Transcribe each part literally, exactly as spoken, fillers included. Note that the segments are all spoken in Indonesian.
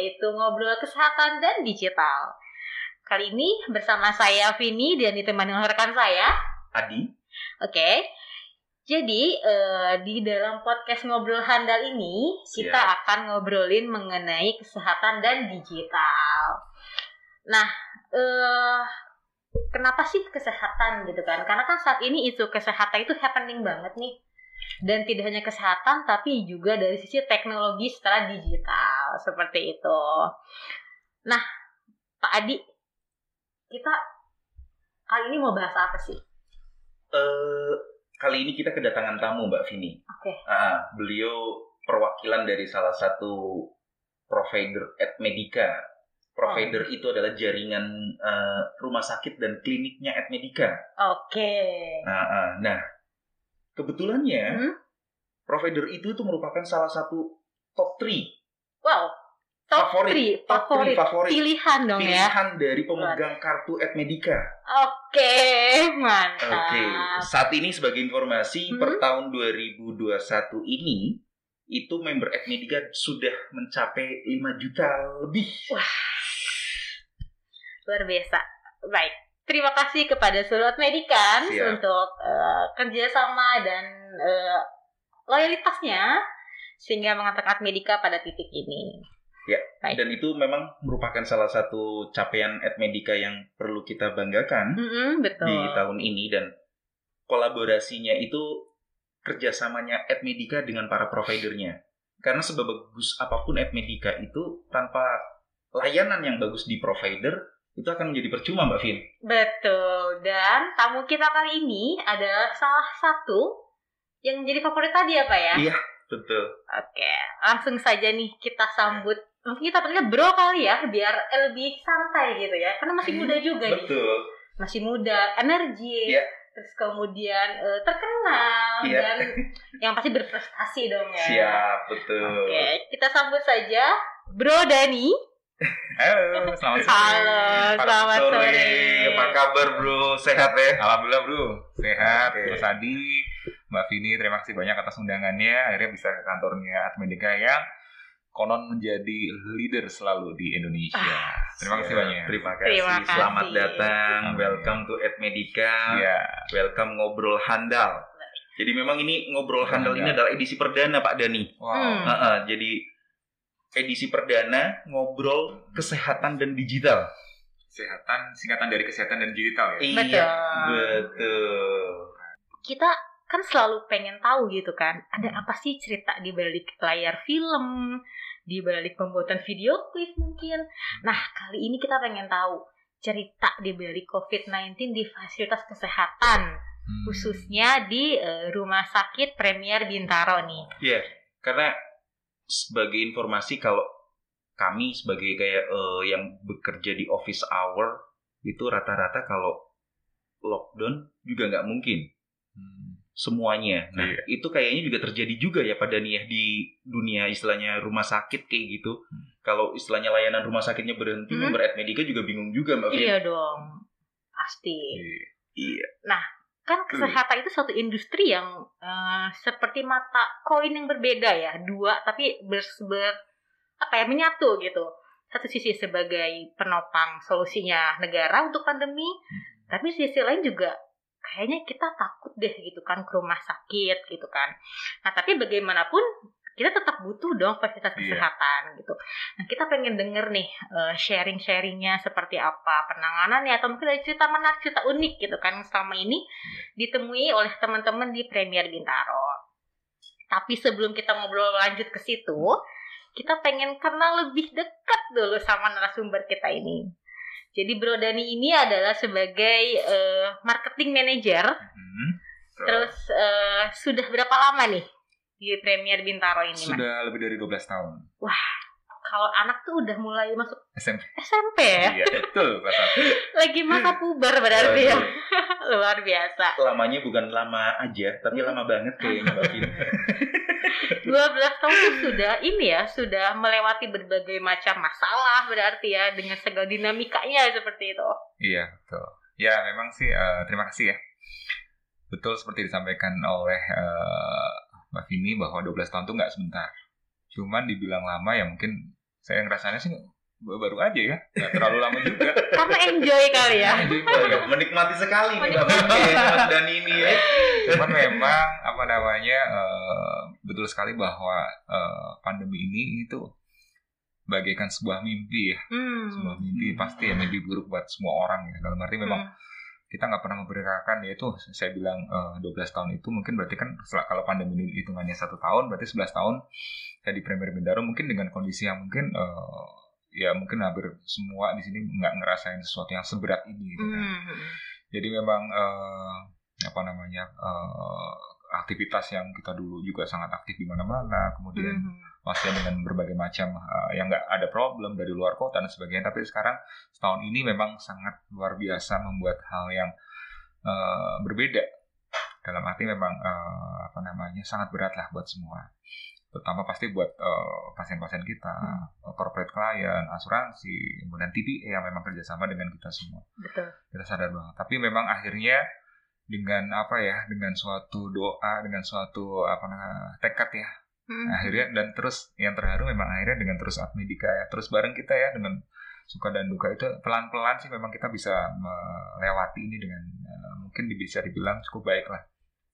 yaitu ngobrol kesehatan dan digital. Kali ini bersama saya Vini dan ditemani oleh rekan saya Adi. Oke. Okay. Jadi uh, di dalam podcast Ngobrol Handal ini kita Siap. akan ngobrolin mengenai kesehatan dan digital. Nah, uh, kenapa sih kesehatan gitu kan? Karena kan saat ini isu kesehatan itu happening banget nih. Dan tidak hanya kesehatan tapi juga dari sisi teknologi secara digital seperti itu. Nah, Pak Adi, kita kali ini mau bahas apa sih? Uh, kali ini kita kedatangan tamu Mbak Vini. Oke. Okay. Uh, beliau perwakilan dari salah satu provider Admedica. Provider oh. itu adalah jaringan uh, rumah sakit dan kliniknya Admedica. Oke. Okay. Nah, uh, nah, kebetulannya hmm? provider itu itu merupakan salah satu top tiga. Wow. Top favorit, top favorit, favorit, pilihan dong pilihan ya. Pilihan dari pemegang kartu Admedica. Oke, mantap. Oke, saat ini sebagai informasi hmm? per tahun dua ribu dua puluh satu ini itu member Admedica sudah mencapai lima juta lebih. Wah, luar biasa. Baik, terima kasih kepada seluruh Admedica untuk uh, kerjasama dan uh, loyalitasnya sehingga mengantarkan Admedica pada titik ini. Ya, baik. Dan itu memang merupakan salah satu capaian Admedica yang perlu kita banggakan mm-hmm, betul. di tahun ini, dan kolaborasinya itu kerjasamanya Admedica dengan para providernya. Karena sebagus apapun Admedica itu tanpa layanan yang bagus di provider itu akan menjadi percuma, Mbak Vin. Betul. Dan tamu kita kali ini adalah salah satu yang menjadi favorit tadi ya Pak ya? Iya, betul. Oke, langsung saja nih kita sambut. Mungkin kita panggilnya bro kali ya, biar lebih santai gitu ya. Karena masih muda juga nih. Betul. Masih muda, energi. Iya. Terus kemudian uh, terkenal. Iya. Dan yang pasti berprestasi dong ya. Siap, betul. Oke, kita sambut saja Bro Dani. Halo, selamat sore. Halo, selamat sore. sore. Apa kabar bro? Sehat ya? Alhamdulillah bro, sehat. Okay. Mas Adi, Mbak Vini, terima kasih banyak atas undangannya. Akhirnya bisa ke kantornya Admedica yang konon menjadi leader selalu di Indonesia. Ah, terima kasih ya, banyak. Terima kasih. Terima kasih. Selamat datang. Welcome to Admedica. Ya. Welcome Ngobrol Handal. Jadi memang ini Ngobrol Handal ini adalah edisi perdana Pak Dani. Wow. Hmm. Uh, uh, jadi edisi perdana ngobrol kesehatan dan digital. Kesehatan, singkatan dari kesehatan dan digital ya? Betul. Iya, betul. Kita kan selalu pengen tahu gitu kan, ada apa sih cerita di balik layar film, di balik pembuatan video klip mungkin. Nah, kali ini kita pengen tahu cerita di balik covid sembilan belas di fasilitas kesehatan, hmm. khususnya di uh, Rumah Sakit Premier Bintaro nih. Iya, yeah, karena sebagai informasi kalau kami sebagai kayak uh, yang bekerja di office hour itu rata-rata kalau lockdown juga nggak mungkin. Hmm. Semuanya. Nah, iya. Itu kayaknya juga terjadi juga ya pada nih ya di dunia istilahnya rumah sakit kayak gitu. Hmm. Kalau istilahnya layanan rumah sakitnya berhenti, hmm. member Admedica juga bingung juga, Mbak Vin. Iya dong. Pasti. Iya. Nah, kan kesehatan hmm. itu suatu industri yang uh, seperti mata koin yang berbeda ya, dua tapi ber, ber apa ya menyatu gitu. Satu sisi sebagai penopang solusinya negara untuk pandemi, hmm. tapi sisi lain juga kayaknya kita takut deh gitu kan ke rumah sakit gitu kan. Nah tapi bagaimanapun kita tetap butuh dong fasilitas kesehatan yeah. gitu. Nah kita pengen denger nih uh, sharing-sharingnya seperti apa penanganannya, atau mungkin ada cerita menarik, cerita unik gitu kan selama ini yeah. ditemui oleh teman-teman di Premier Bintaro. Tapi sebelum kita ngobrol lanjut ke situ, kita pengen kenal lebih dekat dulu sama narasumber kita ini. Jadi Bro Dani ini adalah sebagai uh, marketing manager. Mm-hmm. Terus uh, sudah berapa lama nih di Premier Bintaro ini? Sudah Man? lebih dari dua belas tahun. Wah, kalau anak tuh udah mulai masuk S M P. S M P ya? Iya, betul. Lagi masa puber berarti ya. Luar biasa. Lamanya bukan lama aja, tapi lama banget kayaknya Mbak Vin. dua belas tahun itu sudah ini ya, sudah melewati berbagai macam masalah berarti ya, dengan segala dinamikanya seperti itu. Iya, betul. Ya, memang sih uh, terima kasih ya. Betul seperti disampaikan oleh uh, Mbak Vini bahwa dua belas tahun itu nggak sebentar. Cuman dibilang lama ya mungkin saya ngerasanya sih baru aja ya, nggak terlalu lama juga. Karena enjoy kali ya. Enjoy ya, menikmati sekali nih Mas dan ini ya. Cuman memang apa namanya uh, betul sekali bahwa uh, pandemi ini itu bagaikan sebuah mimpi ya, hmm. sebuah mimpi pasti ya, mimpi buruk buat semua orang ya. Dalam arti memang hmm. kita nggak pernah memperkirakan, yaitu saya bilang uh, dua belas tahun itu mungkin berarti kan setelah, kalau pandemi ini hitungannya satu tahun berarti sebelas tahun saya di Premier Bintaro mungkin dengan kondisi yang mungkin uh, ya mungkin hampir semua di sini nggak ngerasain sesuatu yang seberat ini gitu kan. Mm-hmm. Jadi memang uh, apa namanya uh, aktivitas yang kita dulu juga sangat aktif di mana-mana, kemudian mm-hmm. masih dengan berbagai macam uh, yang nggak ada problem dari luar kota dan sebagainya. Tapi sekarang setahun ini memang sangat luar biasa membuat hal yang uh, berbeda. Dalam arti memang uh, apa namanya sangat berat lah buat semua. Terutama pasti buat uh, pasien-pasien kita, hmm. corporate client, asuransi, kemudian T P A yang memang kerjasama dengan kita semua. Betul. Kita sadar banget. Tapi memang akhirnya dengan apa ya, dengan suatu doa, dengan suatu apa namanya tekad ya, hmm. akhirnya dan terus yang terharu memang akhirnya dengan terus Admedika ya, terus bareng kita ya dengan suka dan duka itu pelan-pelan sih memang kita bisa melewati ini dengan uh, mungkin bisa dibilang cukup baik lah.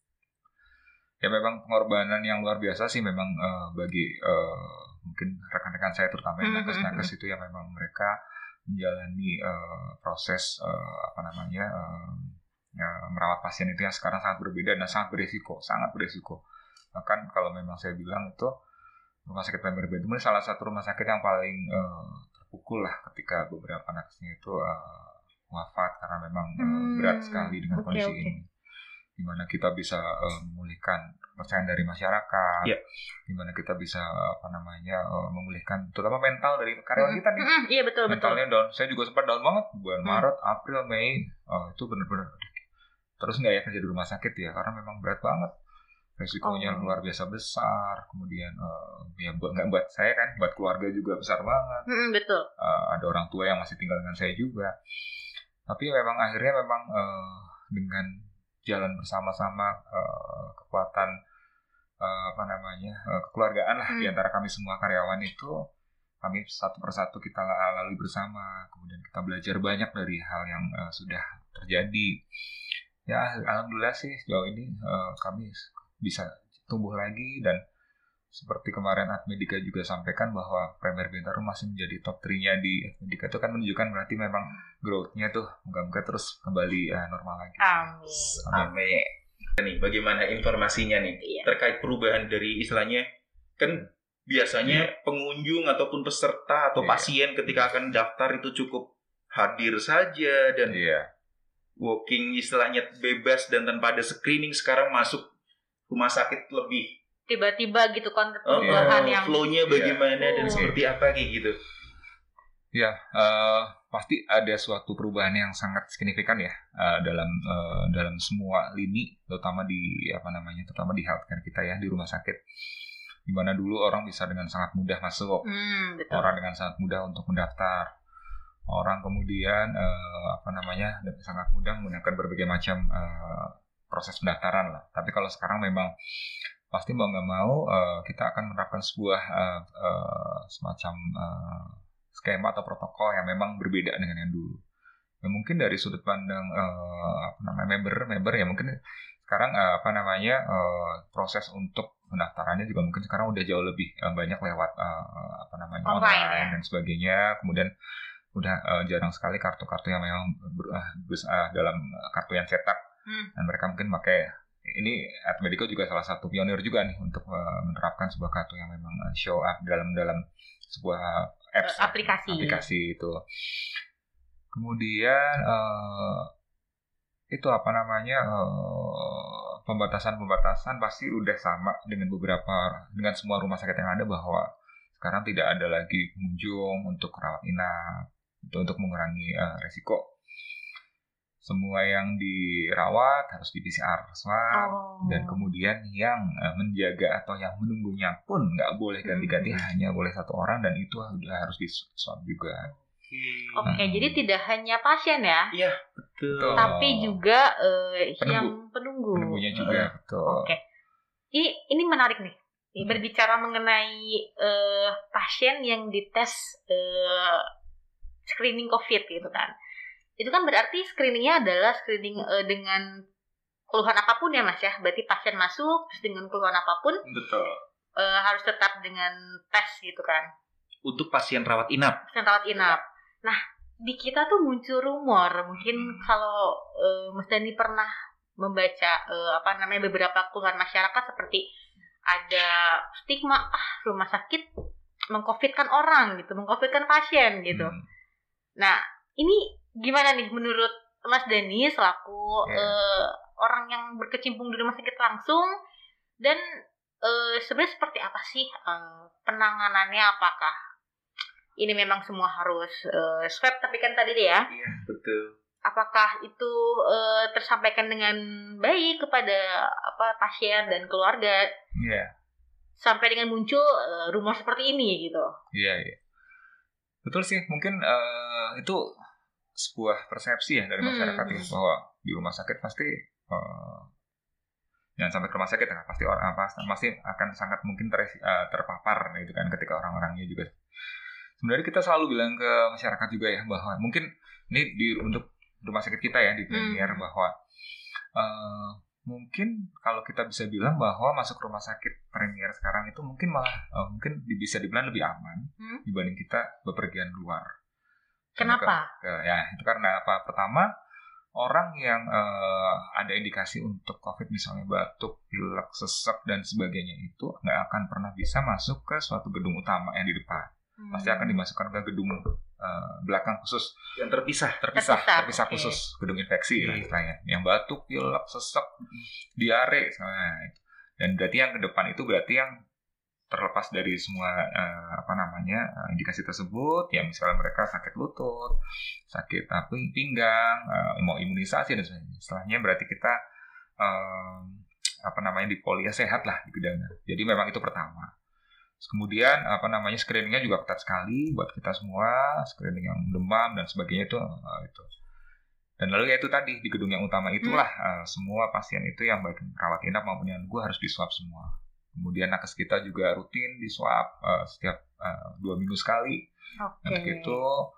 Ya memang pengorbanan yang luar biasa sih memang uh, bagi uh, mungkin rekan-rekan saya terutama yang nakes-nakes itu ya memang mereka menjalani uh, proses uh, apa namanya uh, ya, merawat pasien itu yang sekarang sangat berbeda dan sangat berisiko, sangat berisiko. Bahkan kalau memang saya bilang itu rumah sakit Premier Bintaro itu salah satu rumah sakit yang paling uh, terpukul lah ketika beberapa nakesnya itu uh, wafat karena memang uh, hmm, berat sekali dengan okay, kondisi okay. ini. Di mana kita bisa uh, memulihkan kepercayaan dari masyarakat, yeah. di mana kita bisa apa namanya uh, memulihkan terutama mental dari karyawan mm-hmm. kita nih. Mm-hmm. Iya betul mentalnya betul. down. Saya juga sempat down banget bulan mm. Maret, April, Mei. Oh, itu benar-benar terus nggak ya kerja di rumah sakit ya karena memang berat banget. Resikonya oh. luar biasa besar. Kemudian uh, ya buat nggak buat saya kan, buat keluarga juga besar banget. Mm-hmm, betul. Uh, ada orang tua yang masih tinggal dengan saya juga. Tapi memang akhirnya memang uh, dengan jalan bersama-sama uh, kekuatan uh, apa namanya uh, kekeluargaan lah hmm. di antara kami semua karyawan itu kami satu persatu kita lalui bersama, kemudian kita belajar banyak dari hal yang uh, sudah terjadi. Ya alhamdulillah sih sejauh ini uh, kami bisa tumbuh lagi dan seperti kemarin Admedika juga sampaikan bahwa Premier Bintaro masih menjadi top tiga-nya di Admedika itu kan menunjukkan berarti memang growth-nya tuh moga-moga terus kembali uh, normal lagi. Amin. Amin. Nih, bagaimana informasinya nih iya. terkait perubahan dari istilahnya kan biasanya iya. pengunjung ataupun peserta atau iya. pasien ketika akan daftar itu cukup hadir saja dan iya. walking istilahnya bebas dan tanpa ada screening. Sekarang masuk rumah sakit lebih tiba-tiba gitu kan perubahan oh, yang flow-nya bagaimana yeah. dan oh. seperti apa kayak gitu. Ya, uh, pasti ada suatu perubahan yang sangat signifikan ya uh, dalam uh, dalam semua lini, terutama di apa namanya, terutama di healthcare kita ya di rumah sakit. Di mana dulu orang bisa dengan sangat mudah masuk, hmm, betul. orang dengan sangat mudah untuk mendaftar, orang kemudian uh, apa namanya dengan sangat mudah menggunakan berbagai macam uh, proses pendaftaran lah. Tapi kalau sekarang memang pasti mau nggak mau uh, kita akan menerapkan sebuah uh, uh, semacam uh, skema atau protokol yang memang berbeda dengan yang dulu. Ya, mungkin dari sudut pandang uh, apa namanya member-member ya mungkin sekarang uh, apa namanya uh, proses untuk pendaftarannya juga mungkin sekarang udah jauh lebih uh, banyak lewat uh, apa namanya online, online ya. dan sebagainya. Kemudian udah uh, jarang sekali kartu-kartu yang memang ber, uh, uh, dalam kartu yang cetak hmm. dan mereka mungkin pakai. Ini Admedika juga salah satu pionir juga nih untuk uh, menerapkan sebuah kartu yang memang uh, show up dalam dalam sebuah apps uh, aplikasi. Ya, aplikasi itu. Kemudian uh, itu apa namanya uh, pembatasan-pembatasan pasti udah sama dengan beberapa dengan semua rumah sakit yang ada bahwa sekarang tidak ada lagi pengunjung untuk rawat inap untuk, untuk mengurangi uh, resiko. Semua yang dirawat harus di P C R swab oh. dan kemudian yang uh, menjaga atau yang menunggunya pun nggak boleh ganti-ganti hmm. hanya boleh satu orang dan itu udah harus di swab juga. Oke, okay, hmm. jadi tidak hanya pasien ya? Iya betul. Tapi juga uh, penunggu. yang penunggu. Penunggunya juga uh. betul. Oke, okay. ini ini menarik nih. Nih, berbicara mengenai uh, pasien yang dites uh, screening COVID gitu kan. Itu kan berarti screeningnya adalah screening uh, dengan keluhan apapun ya Mas ya. Berarti pasien masuk terus dengan keluhan apapun. Betul. Uh, harus tetap dengan tes gitu kan. Untuk pasien rawat inap. Pasien rawat inap. Nah, di kita tuh muncul rumor. Mungkin kalau uh, Mas Dani pernah membaca uh, apa namanya beberapa keluhan masyarakat seperti ada stigma ah rumah sakit mengcovidkan orang gitu, mengcovidkan pasien gitu. Hmm. Nah, ini gimana nih menurut Mas Dani selaku yeah. uh, orang yang berkecimpung di rumah sakit langsung dan uh, sebenarnya seperti apa sih uh, penanganannya? Apakah ini memang semua harus uh, swab tapi kan tadi deh ya? Iya yeah, betul. Apakah itu uh, tersampaikan dengan baik kepada apa pasien dan keluarga? Iya. Yeah. Sampai dengan muncul uh, rumor seperti ini gitu. Iya, yeah, iya. Yeah. Betul sih, mungkin uh, itu sebuah persepsi ya dari masyarakat hmm. ya, bahwa di rumah sakit pasti uh, jangan sampai ke rumah sakit ya, pasti orang apa pasti akan sangat mungkin ter, uh, terpapar gitu kan ketika orang-orangnya juga. Sebenarnya kita selalu bilang ke masyarakat juga ya bahwa mungkin ini di untuk rumah sakit kita ya di Premier hmm. bahwa uh, mungkin kalau kita bisa bilang bahwa masuk rumah sakit Premier sekarang itu mungkin malah uh, mungkin bisa dibilang lebih aman hmm? dibanding kita bepergian luar. Kenapa? Ke, ke, ya itu karena apa? Pertama, orang yang uh, ada indikasi untuk COVID misalnya batuk, pilek, sesak dan sebagainya itu nggak akan pernah bisa masuk ke suatu gedung utama yang di depan. Hmm. Pasti akan dimasukkan ke gedung uh, belakang khusus yang terpisah, terpisah, terpisah, terpisah okay. khusus gedung infeksi lah istilahnya. Yang batuk, pilek, sesak, diare, nah, dan berarti yang ke depan itu berarti yang terlepas dari semua uh, apa namanya uh, indikasi tersebut, ya misalnya mereka sakit lutut, sakit uh, pinggang, uh, mau imunisasi dan sebagainya. Setelahnya berarti kita uh, apa namanya di polia sehat lah di gedangnya. Jadi memang itu pertama. Kemudian apa namanya screeningnya juga ketat sekali buat kita semua, screening yang demam dan sebagainya itu uh, itu. Dan lalu ya itu tadi di gedung yang utama itulah hmm. uh, semua pasien itu yang baik rawat inap maupun yang gua harus diswab semua. Kemudian nakes kita juga rutin diswab uh, setiap uh, dua minggu sekali. Okay. Untuk itu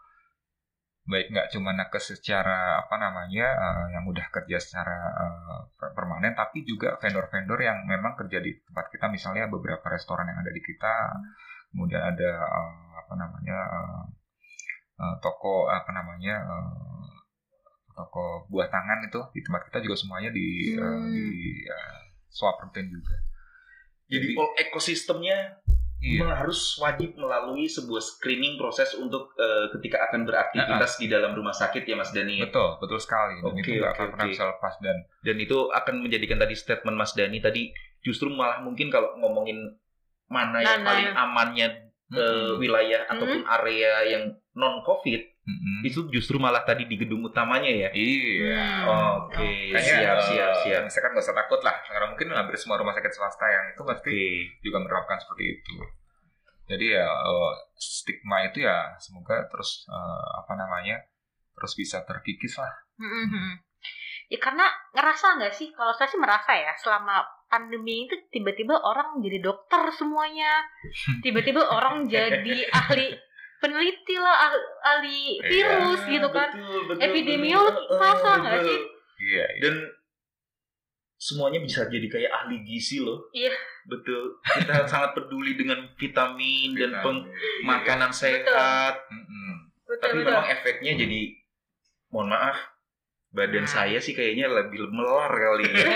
baik nggak cuma nakes secara apa namanya uh, yang udah kerja secara uh, permanen, tapi juga vendor-vendor yang memang kerja di tempat kita, misalnya beberapa restoran yang ada di kita, hmm. kemudian ada uh, apa namanya uh, uh, toko apa namanya uh, toko buah tangan itu di tempat kita juga semuanya di hmm. uh, di uh, swab rutin juga. Jadi, Jadi ekosistemnya iya. harus wajib melalui sebuah screening proses untuk uh, ketika akan beraktivitas uh-uh. di dalam rumah sakit ya Mas Dani. Betul, betul sekali. Dan okay, itu nggak okay, akan pernah okay. bisa lepas dan dan itu akan menjadikan tadi statement Mas Dani tadi justru malah mungkin kalau ngomongin mana yang nah, paling nah. amannya uh, mm-hmm. wilayah mm-hmm. ataupun area yang non COVID mm-hmm. itu justru malah tadi di gedung utamanya ya. Iya. Oke, okay. siap, siap, siap. Misalkan nggak usah takut lah, karena mungkin hampir semua rumah sakit swasta yang itu pasti okay. juga menerapkan seperti itu. Jadi ya uh, stigma itu ya semoga terus uh, apa namanya terus bisa terkikis lah. Mm-hmm. Ya karena ngerasa nggak sih, kalau saya sih merasa ya selama pandemi itu tiba-tiba orang jadi dokter semuanya, tiba-tiba orang jadi ahli peneliti lah, ahli virus ya, gitu kan, betul, betul, epidemiolog, masa nggak sih? Iya, iya. Dan semuanya bisa jadi kayak ahli gizi loh. Iya. Betul. Kita sangat peduli dengan vitamin, vitamin dan peng- makanan sehat. Betul, Tapi betul. memang efeknya jadi, mohon maaf, badan nah. saya sih kayaknya lebih melar kali ya.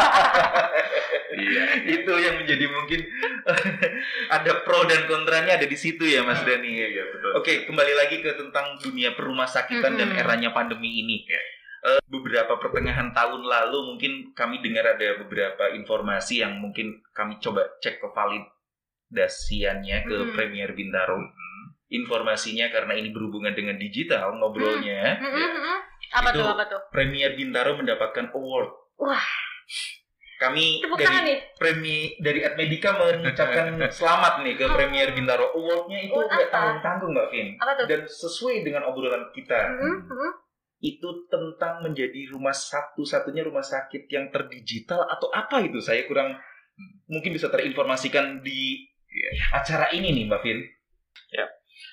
Iya. Itu yang menjadi mungkin ada pro dan kontranya ada di situ ya Mas Dani. Iya, betul. Oke, kembali lagi ke tentang dunia perumah sakitan mm-hmm. dan eranya pandemi ini. Ya. Uh, beberapa pertengahan tahun lalu mungkin kami dengar ada beberapa informasi yang mungkin kami coba cek ke validasiannya ke hmm. Premier Bintaro. Hmm. Informasinya karena ini berhubungan dengan digital ngobrolnya. Hmm. Hmm. Ya, apa itu tuh apa tuh? Premier Bintaro mendapatkan award. Wah. Kami Tepuk dari nih. Premi dari Admedica mengucapkan selamat nih ke oh. Premier Bintaro. Awardnya itu nggak tanggung-tanggung Mbak Vin. Dan sesuai dengan obrolan kita. Hmm. Hmm. Itu tentang menjadi rumah satu-satunya rumah sakit yang terdigital atau apa itu? Saya kurang mungkin bisa terinformasikan di acara ini nih Mbak Vin. Ya,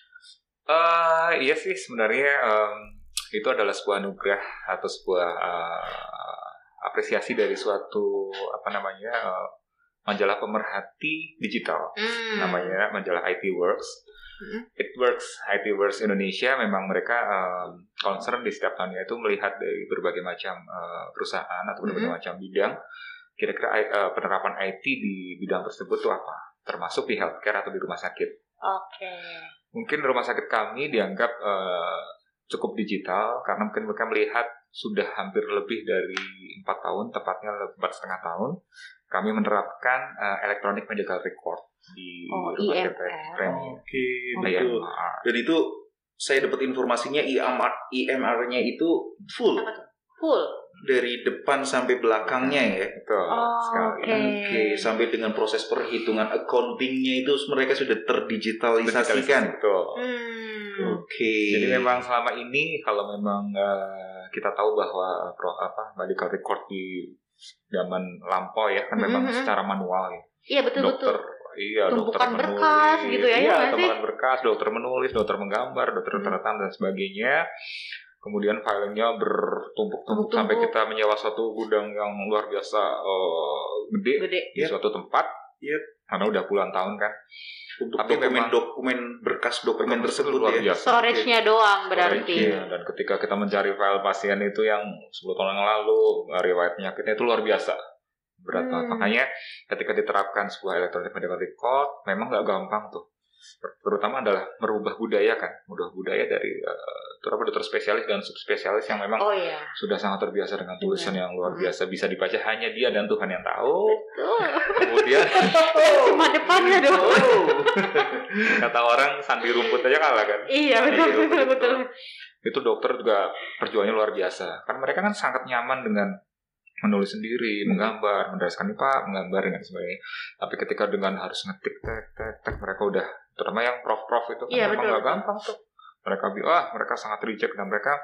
uh, iya sih sebenarnya um, itu adalah sebuah anugerah atau sebuah uh, apresiasi dari suatu apa namanya uh, majalah pemerhati digital, mm. namanya majalah I T Works. Mm. It Works, I T Works Indonesia memang mereka um, concern di setiap tahunnya itu melihat dari berbagai macam uh, perusahaan atau berbagai mm. macam bidang, kira-kira uh, penerapan I T di bidang tersebut itu apa, termasuk di healthcare atau di rumah sakit. Oke. Okay. Mungkin rumah sakit kami dianggap uh, cukup digital karena mungkin mereka melihat sudah hampir lebih dari empat tahun, tepatnya empat setengah tahun, kami menerapkan uh, electronic medical record di oh, rumah I M R. sakit kami. Oke, betul. Dan itu saya dapat informasinya I M R-nya itu full. Full. Dari depan sampai belakangnya ya. Betul. Oh, sekali. Oke. Okay. Okay. Sampai dengan proses perhitungan accounting-nya itu mereka sudah terdigitalisasikan. Betul. Hmm. Oke. Okay. Jadi memang selama ini kalau memang uh, kita tahu bahwa pro, apa medical record di zaman lampau ya kan memang mm-hmm. secara manual ya. Iya betul dokter, betul. Iya, tumpukan dokter berkas menulis, gitu ya. Iya, ya tumpukan berkas, dokter menulis, dokter menggambar, dokter tanda tangan dan sebagainya. Kemudian filenya bertumpuk-tumpuk sampai kita menyewa suatu gudang yang luar biasa uh, gede, gede di yep. suatu tempat. Yep. Karena udah puluhan tahun kan. Untuk tapi dokumen-dokumen berkas dokumen tersebut luar ya. biasa. Storage-nya doang berarti. Storage-nya. Dan ketika kita mencari file pasien itu yang sepuluh tahun yang lalu, riwayat penyakitnya itu luar biasa. Berat banget. Hmm. Makanya ketika diterapkan sebuah electronic medical record, memang nggak gampang tuh. Terutama adalah merubah budaya kan, merubah budaya dari uh, terutama dokter spesialis dan subspesialis yang memang oh, iya. sudah sangat terbiasa dengan tulisan yeah. yang luar biasa, bisa dibaca hanya dia dan Tuhan yang tahu. Betul. Kemudian cuma depannya dong. Oh. Kata orang sandi rumput aja kalah kan. Iya betul betul betul. betul. Itu dokter juga perjuangannya luar biasa. Kan mereka kan sangat nyaman dengan menulis sendiri, menggambar, menuliskan I P A, menggambar dan sebagainya. Tapi ketika dengan harus ngetik tek tek tek mereka udah, terutama yang prof-prof itu kan iya, memang betul, gak betul. gampang tuh. Mereka bilang, ah mereka sangat reject dan mereka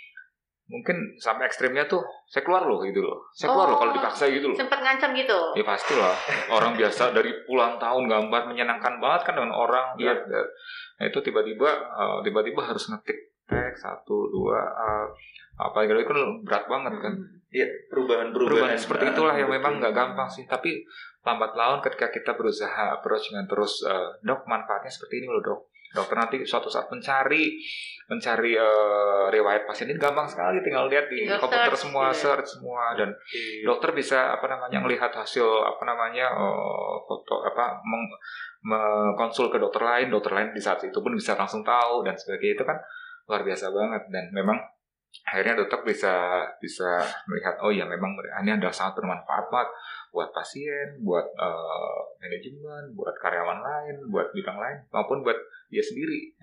mungkin sampai ekstrimnya tuh saya keluar loh gitu loh. Saya keluar oh, loh kalau dipaksa gitu loh. Sempat ngancam gitu. Ya pastilah. Orang biasa dari puluhan tahun gambar menyenangkan banget kan dengan orang. Iya. Ya, nah, itu tiba-tiba uh, tiba-tiba harus ngetik tek satu dua uh, apa gitu kan berat banget kan. Iya, perubahan-perubahan perubahan seperti itulah yang memang nggak gampang sih. Tapi lambat laun ketika kita berusaha approach dengan terus uh, dok manfaatnya seperti ini loh dok. Dokter nanti suatu saat mencari mencari uh, riwayat pasien ini gampang sekali, tinggal lihat di tinggal komputer search, semua, yeah. search semua dan yeah. dokter bisa apa namanya melihat hasil apa namanya uh, foto apa meng, mengkonsul ke dokter lain, dokter lain di saat itu pun bisa langsung tahu dan sebagainya. Itu kan luar biasa banget dan memang akhirnya dokter bisa bisa melihat oh ya memang ini adalah sangat bermanfaat banget buat pasien, buat uh, manajemen, buat karyawan lain, buat bidang lain maupun buat dia sendiri.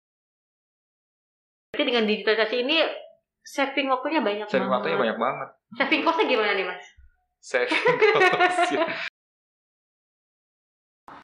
Jadi dengan digitalisasi ini saving waktunya banyak saving banget. Saving waktunya banyak banget. Saving costnya gimana nih mas? Saving cost.